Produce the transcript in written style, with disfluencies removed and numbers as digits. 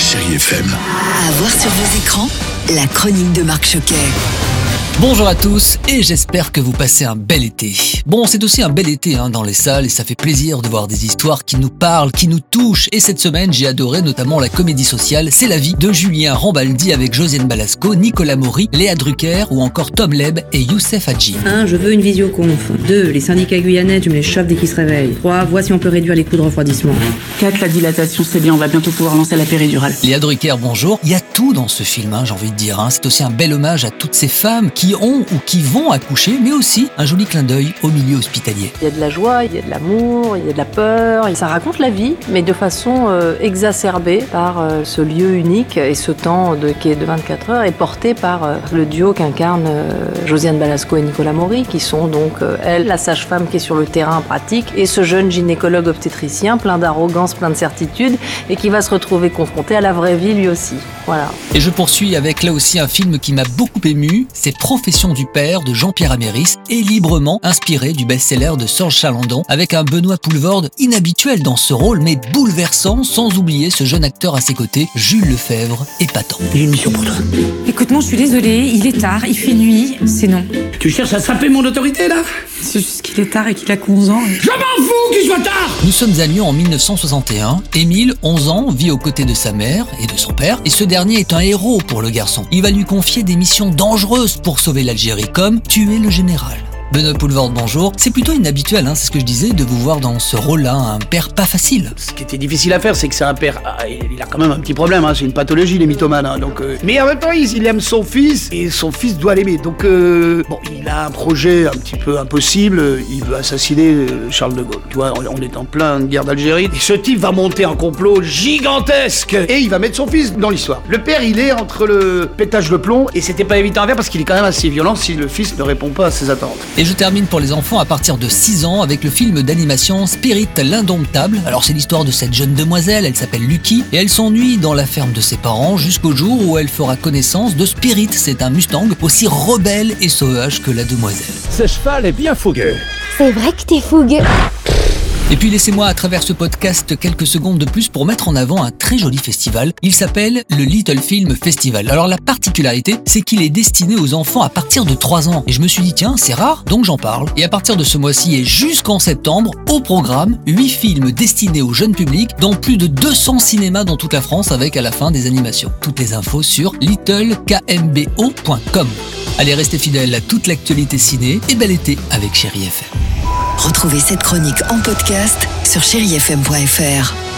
Chérie FM. À voir sur vos écrans, la chronique de Marc Choquet. Bonjour à tous et j'espère que vous passez un bel été. Bon, c'est aussi un bel été dans les salles et ça fait plaisir de voir des histoires qui nous parlent, qui nous touchent. Et cette semaine, j'ai adoré notamment la comédie sociale C'est la vie de Julien Rambaldi avec Josiane Balasco, Nicolas Maury, Léa Drucker ou encore Tom Leb et Youssef Hadji. 1. Je veux une visioconf. 2. Les syndicats guyanais, tu me les chauffes dès qu'ils se réveillent. 3. Vois si on peut réduire les coûts de refroidissement. 4. La dilatation, c'est bien, on va bientôt pouvoir lancer la péridurale. Léa Drucker, bonjour. Il y a tout dans ce film, j'ai envie de dire. C'est aussi un bel hommage à toutes ces femmes qui ont ou qui vont accoucher, mais aussi un joli clin d'œil au milieu hospitalier. Il y a de la joie, il y a de l'amour, il y a de la peur. Ça raconte la vie, mais de façon exacerbée par ce lieu unique et ce temps qui est de 24 heures et porté par le duo qu'incarnent Josiane Balasco et Nicolas Maury, qui sont donc elle, la sage-femme qui est sur le terrain pratique, et ce jeune gynécologue obstétricien plein d'arrogance, plein de certitude, et qui va se retrouver confronté à la vraie vie lui aussi. Voilà. Et je poursuis avec là aussi un film qui m'a beaucoup ému, c'est Profession du père de Jean-Pierre Améris, et librement inspiré du best-seller de Serge Chalandon, avec un Benoît Poelvoorde inhabituel dans ce rôle, mais bouleversant, sans oublier ce jeune acteur à ses côtés, Jules Lefebvre, épatant. J'ai une mission pour toi. Écoute, non, je suis désolée, il est tard, il fait nuit, c'est non. Tu cherches à saper mon autorité, là? C'est juste qu'il est tard et qu'il a 11 ans. Je m'en fous qu'il soit tard! Nous sommes à Lyon en 1961. Émile, 11 ans, vit aux côtés de sa mère et de son père, et ce dernier est un héros pour le garçon. Il va lui confier des missions dangereuses pour sauver l'Algérie, comme tuer le général. Benoît Poelvoorde, bonjour. C'est plutôt inhabituel, c'est ce que je disais, de vous voir dans ce rôle-là, un père pas facile. Ce qui était difficile à faire, c'est que c'est un père... il a quand même un petit problème, c'est une pathologie, les mythomanes. Mais en même temps, il aime son fils, et son fils doit l'aimer. Donc, il a un projet un petit peu impossible. Il veut assassiner Charles de Gaulle. Tu vois, on est en pleine guerre d'Algérie. Et ce type va monter un complot gigantesque. Et il va mettre son fils dans l'histoire. Le père, il est entre le pétage de plomb, et c'était pas évident à faire parce qu'il est quand même assez violent si le fils ne répond pas à ses attentes. Et je termine pour les enfants à partir de 6 ans avec le film d'animation Spirit l'Indomptable. Alors c'est l'histoire de cette jeune demoiselle, elle s'appelle Lucky, et elle s'ennuie dans la ferme de ses parents jusqu'au jour où elle fera connaissance de Spirit. C'est un Mustang aussi rebelle et sauvage que la demoiselle. Ce cheval est bien fougueux. C'est vrai que t'es fougueux. Et puis laissez-moi à travers ce podcast quelques secondes de plus pour mettre en avant un très joli festival. Il s'appelle le Little Film Festival. Alors la particularité, c'est qu'il est destiné aux enfants à partir de 3 ans. Et je me suis dit tiens, c'est rare, donc j'en parle. Et à partir de ce mois-ci et jusqu'en septembre, au programme, 8 films destinés au jeune public dans plus de 200 cinémas dans toute la France avec à la fin des animations. Toutes les infos sur littlekmbo.com. Allez, restez fidèles à toute l'actualité ciné et bel été avec Chérie FM. Retrouvez cette chronique en podcast sur chérifm.fr.